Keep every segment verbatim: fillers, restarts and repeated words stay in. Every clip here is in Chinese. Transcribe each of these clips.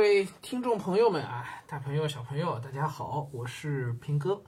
位听众朋友们啊，大朋友小朋友大家好，我是平哥。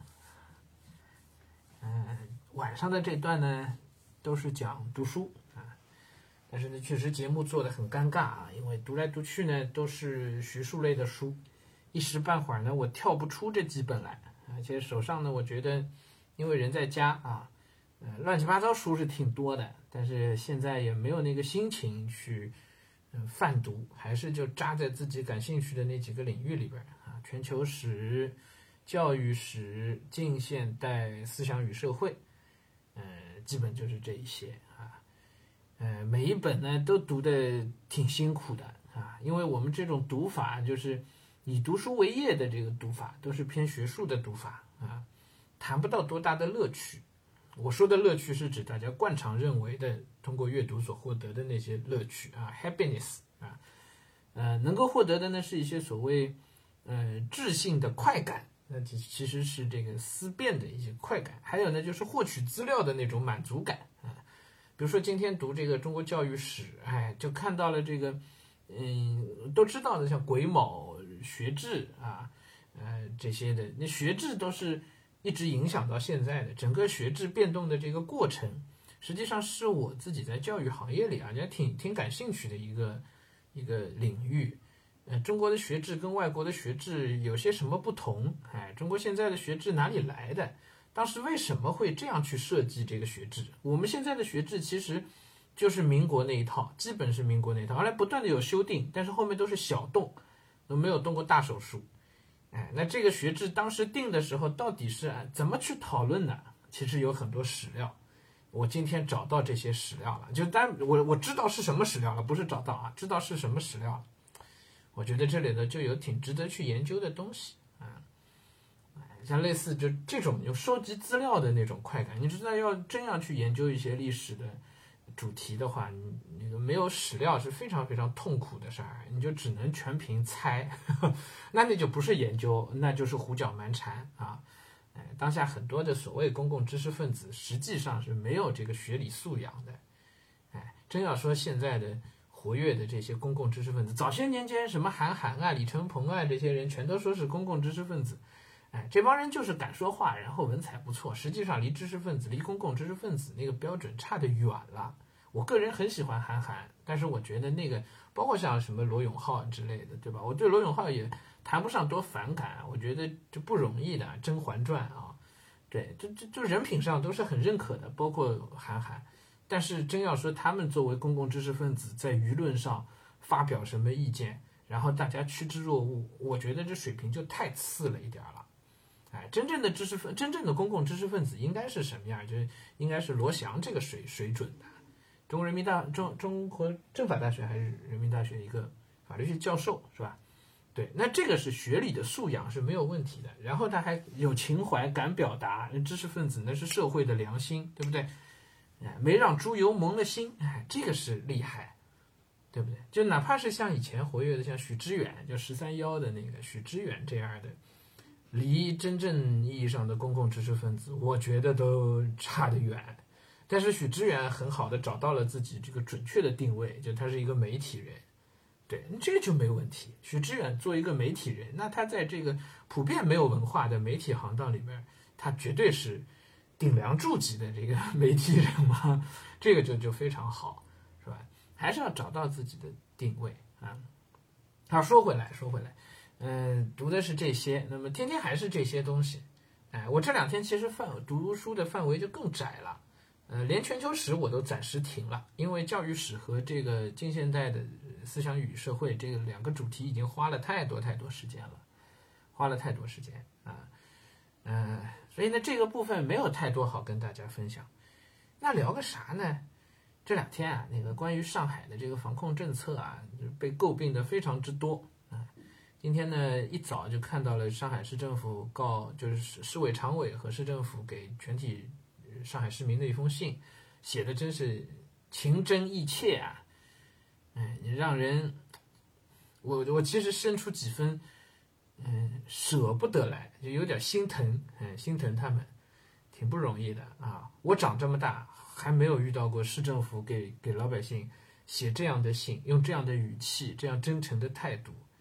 嗯、呃，晚上的这段呢都是讲读书啊，但是呢确实节目做得很尴尬啊，因为读来读去呢都是学术类的书，一时半会儿呢我跳不出这几本来，而且手上呢我觉得因为人在家啊，呃乱七八糟书是挺多的，但是现在也没有那个心情去嗯泛读，还是就扎在自己感兴趣的那几个领域里边啊，全球史、教育史、近现代思想与社会，呃，基本就是这一些啊。呃，每一本呢都读得挺辛苦的啊，因为我们这种读法就是以读书为业的这个读法，都是偏学术的读法啊，谈不到多大的乐趣。我说的乐趣是指大家惯常认为的通过阅读所获得的那些乐趣啊 ，happiness 啊，呃，能够获得的呢是一些所谓呃质性的快感，那其实是这个思辨的一些快感，还有呢就是获取资料的那种满足感啊。比如说今天读这个中国教育史，哎，就看到了这个，嗯，都知道的像癸卯学制啊，呃这些的，那学制都是一直影响到现在的整个学制变动的这个过程，实际上是我自己在教育行业里啊，也挺挺感兴趣的一个一个领域。呃，中国的学制跟外国的学制有些什么不同？哎，中国现在的学制哪里来的？当时为什么会这样去设计这个学制？我们现在的学制其实就是民国那一套，基本是民国那一套，后来不断的有修订，但是后面都是小动，都没有动过大手术。哎，那这个学制当时定的时候，到底是怎么去讨论呢？其实有很多史料，我今天找到这些史料了，就当我我知道是什么史料了，不是找到啊，知道是什么史料了。我觉得这里呢就有挺值得去研究的东西啊，像类似就这种有收集资料的那种快感，你知道要真要去研究一些历史的主题的话，你那个没有史料是非常非常痛苦的事儿，你就只能全凭猜，呵呵，那那就不是研究，那就是胡搅蛮缠啊！哎，当下很多的所谓公共知识分子，实际上是没有这个学理素养的。哎，真要说现在的活跃的这些公共知识分子，早些年间什么韩寒啊、李承鹏啊这些人，全都说是公共知识分子。哎，这帮人就是敢说话，然后文采不错，实际上离知识分子、离公共知识分子那个标准差得远了。我个人很喜欢韩寒，但是我觉得那个包括像什么罗永浩之类的，对吧？我对罗永浩也谈不上多反感，我觉得这不容易的，《甄嬛传》啊，对，就就就人品上都是很认可的，包括韩寒。但是真要说他们作为公共知识分子在舆论上发表什么意见，然后大家趋之若鹜，我觉得这水平就太次了一点了。哎，真正的知识分，真正的公共知识分子应该是什么样？就是应该是罗翔这个水水准的。中国人民大中中国政法大学还是人民大学一个法律系教授是吧？对，那这个是学理的素养是没有问题的，然后他还有情怀，敢表达，知识分子那是社会的良心，对不对？哎，没让猪油蒙了心，哎，这个是厉害，对不对？就哪怕是像以前活跃的像许知远，就十三幺的那个许知远这样的，离真正意义上的公共知识分子，我觉得都差得远。但是许知远很好的找到了自己这个准确的定位，就他是一个媒体人，对，这个就没问题。许知远做一个媒体人，那他在这个普遍没有文化的媒体行当里面，他绝对是顶梁柱级的这个媒体人嘛，这个就就非常好，是吧？还是要找到自己的定位啊。好，说回来，说回来，嗯、呃，读的是这些，那么天天还是这些东西，哎，我这两天其实范读书的范围就更窄了。呃，连全球史我都暂时停了，因为教育史和这个近现代的思想与社会这个两个主题已经花了太多太多时间了，花了太多时间啊，呃，所以呢，这个部分没有太多好跟大家分享。那聊个啥呢？这两天啊，那个关于上海的这个防控政策啊，就被诟病的非常之多啊。今天呢，一早就看到了上海市政府告，就是市委常委和市政府给全体上海市民的一封信，写的真是情真意切啊！哎，让人，我我其实生出几分，嗯，舍不得来，就有点心疼，嗯，心疼他们，挺不容易的啊！我长这么大还没有遇到过市政府给给老百姓写这样的信，用这样的语气，这样真诚的态度，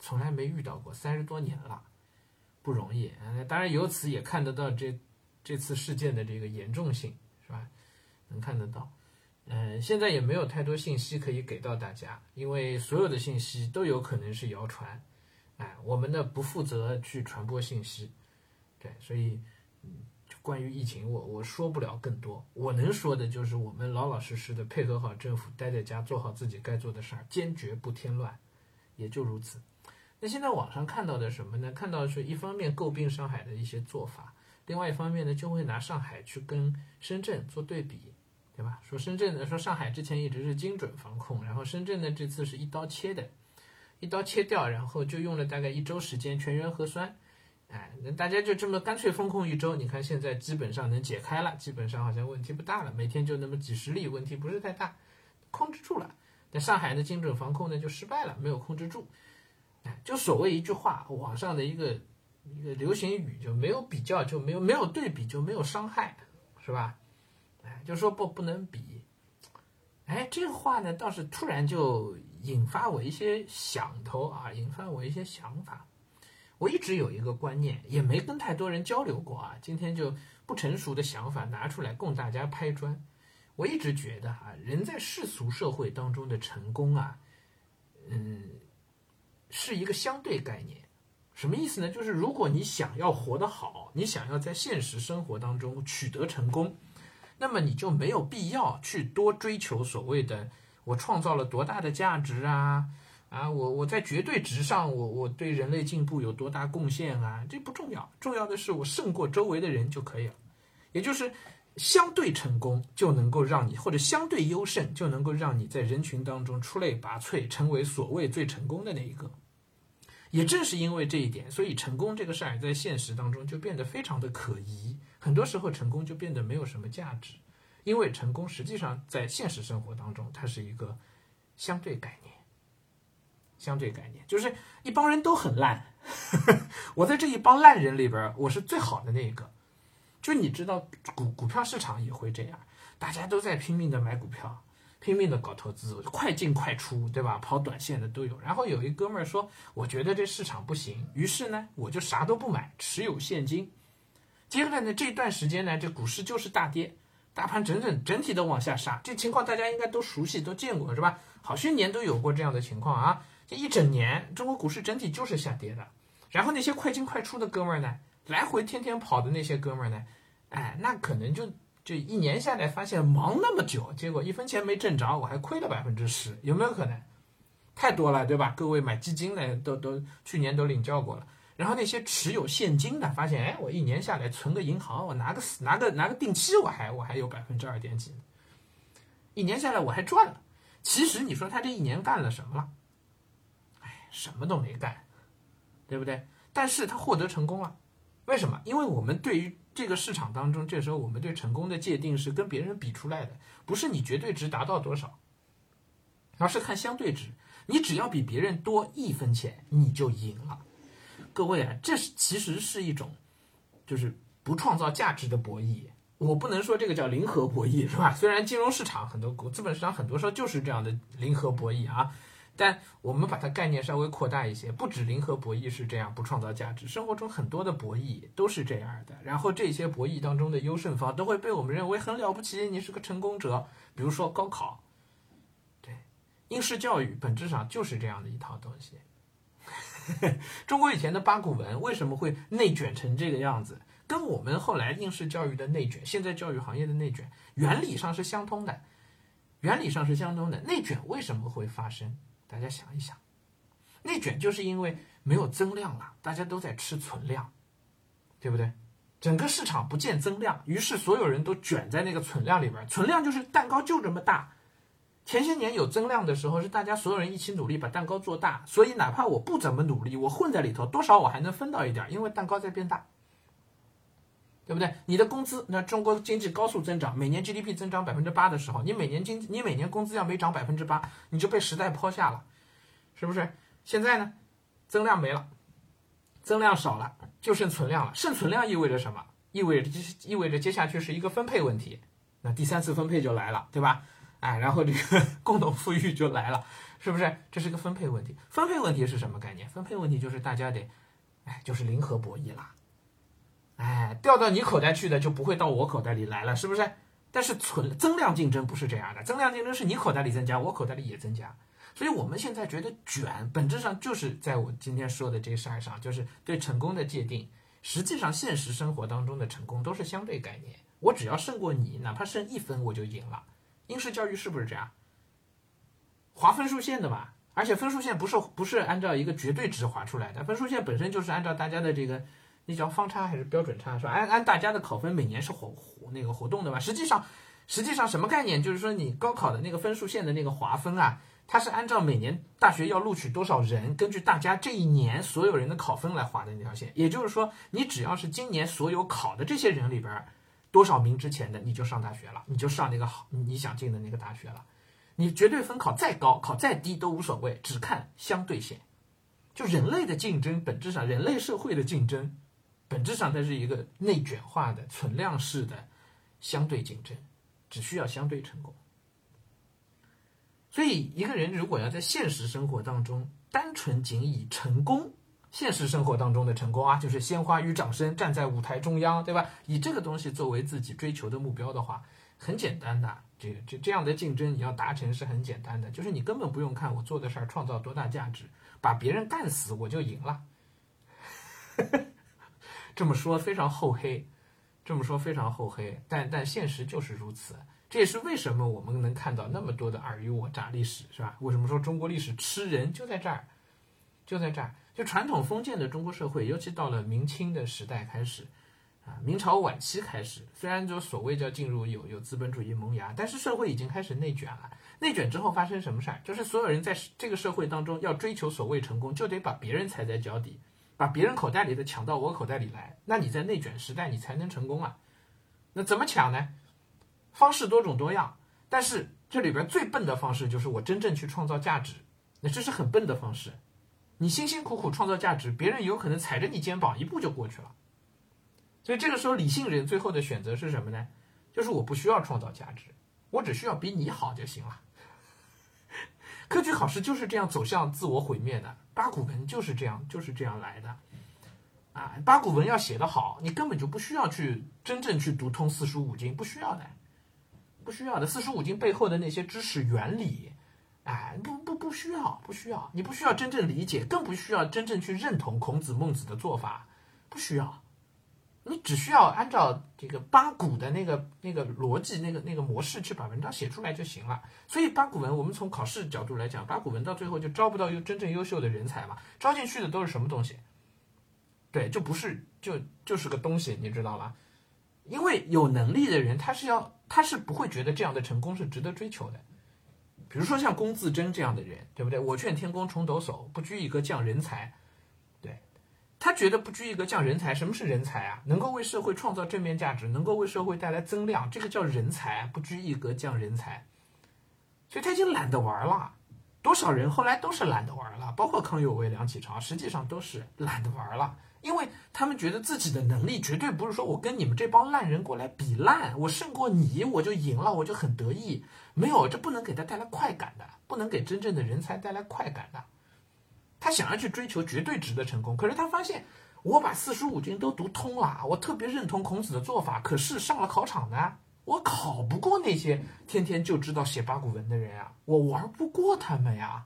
从来没遇到过，三十多年了，不容易。嗯，当然由此也看得到这这次事件的这个严重性，是吧？能看得到。嗯，现在也没有太多信息可以给到大家，因为所有的信息都有可能是谣传。哎，我们呢不负责去传播信息，对，所以，嗯，关于疫情我我说不了更多，我能说的就是我们老老实实的配合好政府，待在家做好自己该做的事儿，坚决不添乱，也就如此。那现在网上看到的什么呢？看到的是一方面诟病上海的一些做法，另外一方面呢就会拿上海去跟深圳做对比，对吧？说深圳呢，说上海之前一直是精准防控，然后深圳呢这次是一刀切的，一刀切掉，然后就用了大概一周时间全员核酸，哎，那大家就这么干脆封控一周，你看现在基本上能解开了，基本上好像问题不大了，每天就那么几十例，问题不是太大，控制住了。但上海的精准防控呢就失败了，没有控制住。哎，就所谓一句话，网上的一个一个流行语，就没有比较就没有没有对比就没有伤害，是吧？哎，就说不不能比。哎，这个话呢倒是突然就引发我一些想头啊，引发我一些想法。我一直有一个观念，也没跟太多人交流过啊，今天就不成熟的想法拿出来供大家拍砖。我一直觉得啊，人在世俗社会当中的成功啊，嗯，是一个相对概念。什么意思呢？就是如果你想要活得好，你想要在现实生活当中取得成功，那么你就没有必要去多追求所谓的我创造了多大的价值啊啊，我我在绝对值上，我我对人类进步有多大贡献啊？这不重要，重要的是我胜过周围的人就可以了。也就是相对成功就能够让你，或者相对优胜就能够让你在人群当中出类拔萃，成为所谓最成功的那一个。也正是因为这一点，所以成功这个事儿在现实当中就变得非常的可疑，很多时候成功就变得没有什么价值，因为成功实际上在现实生活当中它是一个相对概念。相对概念就是一帮人都很烂，我在这一帮烂人里边我是最好的那一个。就你知道股股票市场也会这样，大家都在拼命的买股票，拼命的搞投资，快进快出，对吧？跑短线的都有。然后有一哥们儿说，我觉得这市场不行，于是呢，我就啥都不买，持有现金。接下来呢，这段时间呢，这股市就是大跌，大盘整整整体的往下杀，这情况大家应该都熟悉，都见过，是吧？好些年都有过这样的情况啊，这一整年中国股市整体就是下跌的。然后那些快进快出的哥们儿呢，来回天天跑的那些哥们儿呢，哎，那可能就就一年下来发现忙那么久，结果一分钱没挣着，我还亏了百分之十，有没有可能？太多了，对吧？各位买基金的都都去年都领教过了。然后那些持有现金的发现，哎，我一年下来存个银行，我拿个拿个拿个定期，我还我还有百分之二点几，一年下来我还赚了。其实你说他这一年干了什么了？哎，什么都没干，对不对？但是他获得成功了，为什么？因为我们对于这个市场当中，这时候我们对成功的界定是跟别人比出来的，不是你绝对值达到多少，而是看相对值。你只要比别人多一分钱，你就赢了。各位啊，这是其实是一种就是不创造价值的博弈。我不能说这个叫零和博弈，是吧？虽然金融市场很多资本市场很多时候就是这样的零和博弈啊，但我们把它概念稍微扩大一些，不止零和博弈是这样不创造价值，生活中很多的博弈都是这样的。然后这些博弈当中的优胜方都会被我们认为很了不起，你是个成功者。比如说高考，对，应试教育本质上就是这样的一套东西。中国以前的八股文为什么会内卷成这个样子？跟我们后来应试教育的内卷，现在教育行业的内卷，原理上是相通的。原理上是相通的。内卷为什么会发生？大家想一想，内卷就是因为没有增量了，大家都在吃存量，对不对？整个市场不见增量，于是所有人都卷在那个存量里边。存量就是蛋糕就这么大。前些年有增量的时候，是大家所有人一起努力把蛋糕做大，所以哪怕我不怎么努力，我混在里头，多少我还能分到一点，因为蛋糕在变大，对不对？你的工资，那中国经济高速增长，每年 G D P 增长百分之八的时候，你每年经你每年工资要没涨百分之八，你就被时代抛下了，是不是？现在呢，增量没了，增量少了，就剩存量了。剩存量意味着什么？意味着意味着接下去是一个分配问题。那第三次分配就来了，对吧？ 哎，然后这个共同富裕就来了，是不是？这是个分配问题。分配问题是什么概念？分配问题就是大家得，哎，就是零和博弈啦。哎，掉到你口袋去的就不会到我口袋里来了，是不是？但是存增量竞争不是这样的，增量竞争是你口袋里增加，我口袋里也增加。所以我们现在觉得卷，本质上就是在我今天说的这事儿上，就是对成功的界定。实际上，现实生活当中的成功都是相对概念。我只要胜过你，哪怕胜一分，我就赢了。应试教育是不是这样？划分数线的嘛，而且分数线不是不是按照一个绝对值划出来的，分数线本身就是按照大家的这个，那叫方差还是标准差，是吧？按按大家的考分每年是活活那个活动的嘛。实际上，实际上什么概念？就是说你高考的那个分数线的那个划分啊，它是按照每年大学要录取多少人，根据大家这一年所有人的考分来划的那条线。也就是说，你只要是今年所有考的这些人里边多少名之前的，你就上大学了，你就上那个好你想进的那个大学了。你绝对分考再高，考再低都无所谓，只看相对线。就人类的竞争，本质上人类社会的竞争，本质上它是一个内卷化的存量式的相对竞争，只需要相对成功。所以一个人如果要在现实生活当中单纯仅以成功，现实生活当中的成功啊，就是鲜花与掌声，站在舞台中央，对吧？以这个东西作为自己追求的目标的话，很简单的，这个这这样的竞争你要达成是很简单的，就是你根本不用看我做的事儿创造多大价值，把别人干死我就赢了。这么说非常厚黑，这么说非常厚黑，但但现实就是如此。这也是为什么我们能看到那么多的尔虞我诈历史，是吧？为什么说中国历史吃人就在这儿，就在这儿。就传统封建的中国社会，尤其到了明清的时代开始，啊，明朝晚期开始，虽然就所谓叫进入有有资本主义萌芽，但是社会已经开始内卷了。内卷之后发生什么事儿？就是所有人在这个社会当中要追求所谓成功，就得把别人踩在脚底，把别人口袋里的抢到我口袋里来。那你在内卷时代，你才能成功啊。那怎么抢呢？方式多种多样，但是这里边最笨的方式就是我真正去创造价值，那这是很笨的方式。你辛辛苦苦创造价值，别人有可能踩着你肩膀一步就过去了。所以这个时候理性人最后的选择是什么呢？就是我不需要创造价值，我只需要比你好就行了。科举考试就是这样走向自我毁灭的，八股文就是这样就是这样来的啊！八股文要写得好，你根本就不需要去真正去读通四书五经，不需要的，不需要的。四书五经背后的那些知识原理，哎，不不不需要，不需要，你不需要真正理解，更不需要真正去认同孔子、孟子的做法，不需要。你只需要按照这个八股的那个那个逻辑、那个那个模式去把文章写出来就行了。所以八股文，我们从考试角度来讲，八股文到最后就招不到真正优秀的人才嘛，招进去的都是什么东西？对，就不是就就是个东西，你知道吗？因为有能力的人，他是要他是不会觉得这样的成功是值得追求的。比如说像龚自珍这样的人，对不对？我劝天公重抖擞，不拘一格降人才。对，他觉得不拘一格降人才，什么是人才啊？能够为社会创造正面价值，能够为社会带来增量，这个叫人才，不拘一格降人才。所以他已经懒得玩了。多少人后来都是懒得玩了，包括康有为、梁启超，实际上都是懒得玩了。因为他们觉得自己的能力绝对不是说我跟你们这帮烂人过来比烂，我胜过你我就赢了，我就很得意。没有，这不能给他带来快感的，不能给真正的人才带来快感的。他想要去追求绝对值的成功，可是他发现我把四书五经都读通了，我特别认同孔子的做法，可是上了考场呢，我考不过那些天天就知道写八股文的人啊，我玩不过他们呀。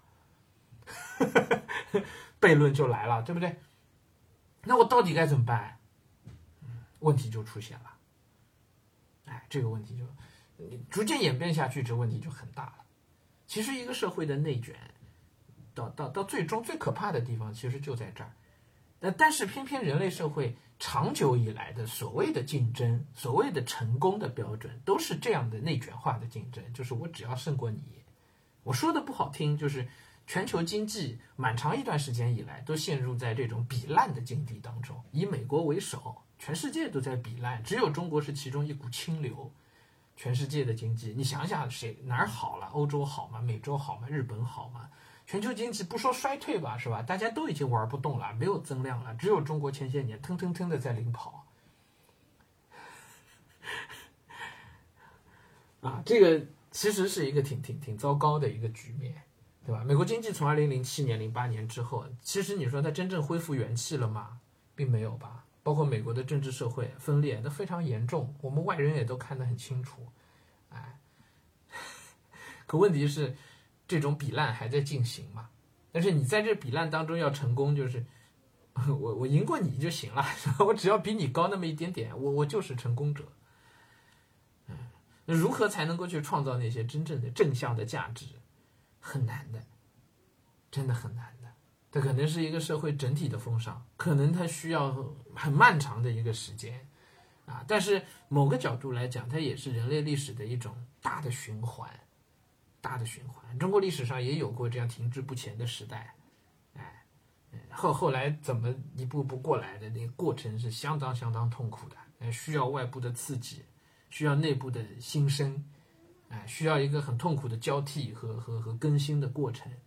悖论就来了，对不对？那我到底该怎么办？问题就出现了。哎，这个问题就逐渐演变下去，这问题就很大了。其实一个社会的内卷，到到到最终最可怕的地方，其实就在这儿。但但是偏偏人类社会长久以来的所谓的竞争，所谓的成功的标准，都是这样的内卷化的竞争，就是我只要胜过你。我说的不好听，就是全球经济蛮长一段时间以来都陷入在这种比烂的境地当中，以美国为首，全世界都在比烂，只有中国是其中一股清流。全世界的经济，你想想谁哪儿好了？欧洲好吗？美洲好吗？日本好吗？全球经济不说衰退吧，是吧？大家都已经玩不动了，没有增量了，只有中国前些年腾腾腾的在领跑。啊，这个其实是一个挺挺挺糟糕的一个局面，对吧？美国经济从二零零七年、零八年之后，其实你说它真正恢复元气了吗？并没有吧。包括美国的政治社会分裂都非常严重，我们外人也都看得很清楚，哎，可问题是，这种比烂还在进行嘛？但是你在这比烂当中要成功，就是我我赢过你就行了，我只要比你高那么一点点，我我就是成功者。嗯，那如何才能够去创造那些真正的正向的价值？很难的，真的很难的。这可能是一个社会整体的风尚，可能它需要很漫长的一个时间啊。但是某个角度来讲，它也是人类历史的一种大的循环，大的循环。中国历史上也有过这样停滞不前的时代，哎，后后来怎么一步步过来的那个过程是相当相当痛苦的，需要外部的刺激，需要内部的新生，哎，需要一个很痛苦的交替和和和更新的过程。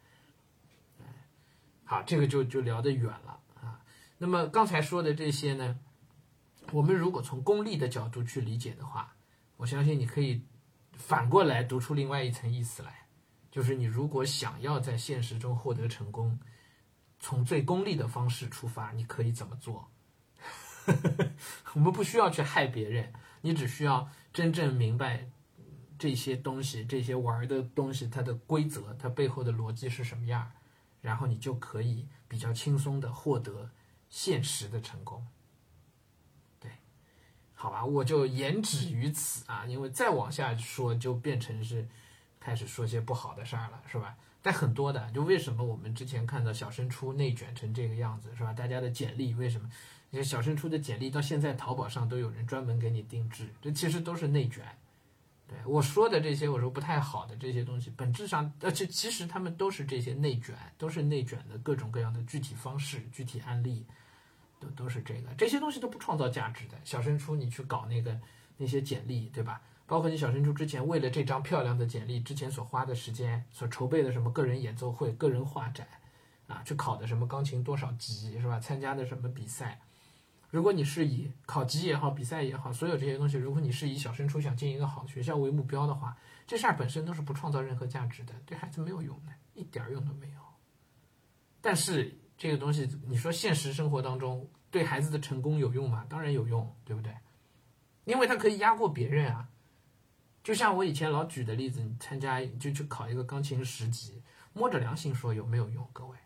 好，这个就就聊得远了啊。那么刚才说的这些呢，我们如果从功利的角度去理解的话，我相信你可以反过来读出另外一层意思来，就是你如果想要在现实中获得成功，从最功利的方式出发，你可以怎么做？我们不需要去害别人，你只需要真正明白这些东西，这些玩的东西，它的规则，它背后的逻辑是什么样。然后你就可以比较轻松的获得现实的成功，对，好吧，我就言止于此啊，因为再往下说就变成是开始说些不好的事儿了，是吧？但很多的，就为什么我们之前看到小升初内卷成这个样子，是吧？大家的简历为什么这些小升初的简历到现在淘宝上都有人专门给你定制，这其实都是内卷。对我说的这些，我说不太好的这些东西，本质上，而且其实他们都是这些内卷，都是内卷的各种各样的具体方式、具体案例，都都是这个，这些东西都不创造价值的。小升初你去搞那个那些简历，对吧？包括你小升初之前为了这张漂亮的简历，之前所花的时间、所筹备的什么个人演奏会、个人画展，啊，去考的什么钢琴多少级，是吧？参加的什么比赛。如果你是以考级也好，比赛也好，所有这些东西，如果你是以小升初想进一个好的学校为目标的话，这事儿本身都是不创造任何价值的，对孩子没有用的，一点用都没有。但是这个东西，你说现实生活当中对孩子的成功有用吗？当然有用，对不对？因为他可以压过别人啊。就像我以前老举的例子，你参加就去考一个钢琴十级，摸着良心说有没有用？各位。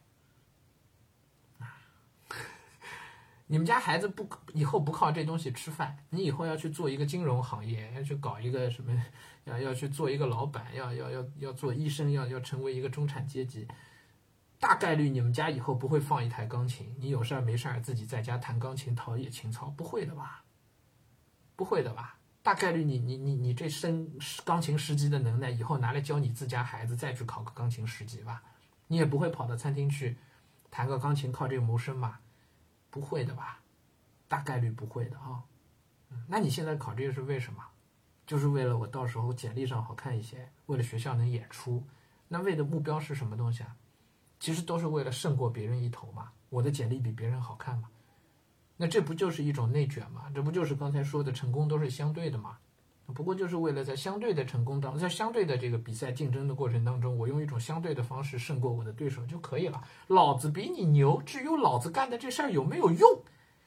你们家孩子不以后不靠这东西吃饭，你以后要去做一个金融行业，要去搞一个什么，要要去做一个老板，要要要要做医生，要要成为一个中产阶级，大概率你们家以后不会放一台钢琴，你有事儿没事儿自己在家弹钢琴陶冶情操，不会的吧？不会的吧？大概率你你你你这升钢琴十级的能耐，以后拿来教你自家孩子再去考个钢琴十级吧，你也不会跑到餐厅去弹个钢琴靠这个谋生吧？不会的吧，大概率不会的啊、嗯。那你现在考这个是为什么？就是为了我到时候简历上好看一些，为了学校能演出。那为的目标是什么东西啊？其实都是为了胜过别人一头嘛。我的简历比别人好看嘛。那这不就是一种内卷吗？这不就是刚才说的成功都是相对的吗？不过就是为了在相对的成功当，在相对的这个比赛竞争的过程当中，我用一种相对的方式胜过我的对手就可以了。老子比你牛，至于老子干的这事儿有没有用，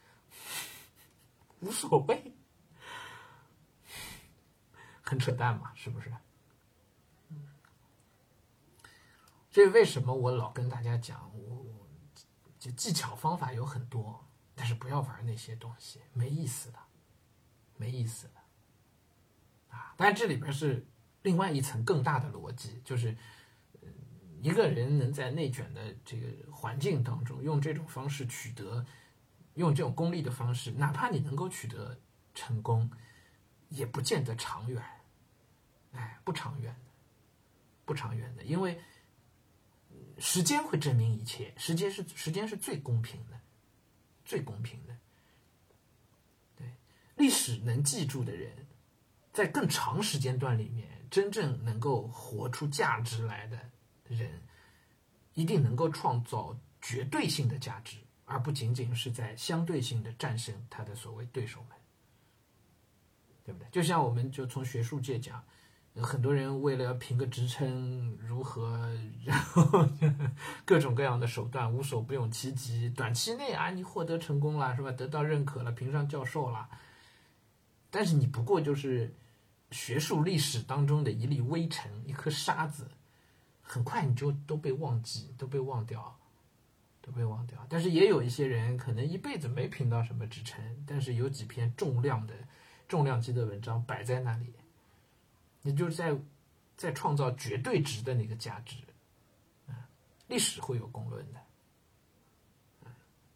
无所谓，很扯淡嘛，是不是？这为什么我老跟大家讲，我就技巧方法有很多，但是不要玩那些东西，没意思的，没意思的。啊，但这里边是另外一层更大的逻辑，就是一个人能在内卷的这个环境当中，用这种方式取得，用这种功利的方式，哪怕你能够取得成功，也不见得长远，哎，不长远的，不长远的，因为时间会证明一切，时间是时间是最公平的，最公平的。对，历史能记住的人，在更长时间段里面，真正能够活出价值来的人，一定能够创造绝对性的价值，而不仅仅是在相对性的战胜他的所谓对手们，对不对？就像我们就从学术界讲， 很多人为了要评个职称，如何，然后各种各样的手段无所不用其极。短期内啊，你获得成功了，是吧？得到认可了，评上教授了。但是你不过就是学术历史当中的一粒微尘，一颗沙子，很快你就都被忘记，都被忘掉，都被忘掉。但是也有一些人可能一辈子没评到什么职称，但是有几篇重量的、重量级的文章摆在那里。也就是在在创造绝对值的那个价值，嗯，历史会有公论的，嗯，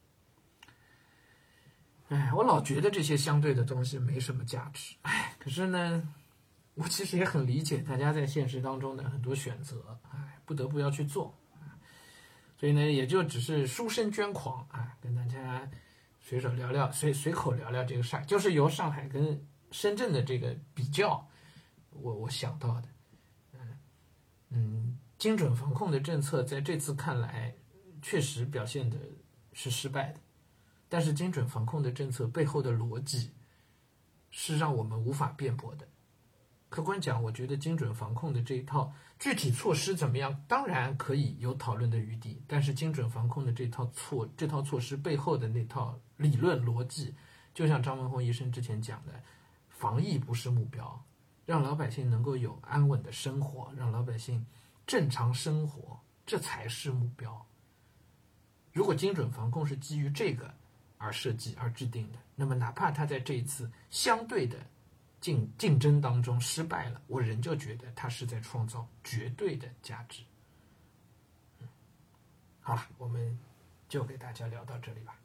哎，我老觉得这些相对的东西没什么价值，哎，可是呢，我其实也很理解大家在现实当中的很多选择，哎，不得不要去做，所以呢，也就只是书生捐狂啊，跟大家随手聊聊，随随口聊聊这个事儿，就是由上海跟深圳的这个比较。我我想到的，嗯嗯，精准防控的政策在这次看来确实表现的是失败的，但是精准防控的政策背后的逻辑是让我们无法辩驳的。客观讲，我觉得精准防控的这一套具体措施怎么样，当然可以有讨论的余地，但是精准防控的这套措这套措施背后的那套理论逻辑，就像张文宏医生之前讲的，防疫不是目标。让老百姓能够有安稳的生活，让老百姓正常生活，这才是目标。如果精准防控是基于这个而设计而制定的，那么哪怕它在这一次相对的竞竞争当中失败了，我仍旧觉得它是在创造绝对的价值。嗯，好了，我们就给大家聊到这里吧。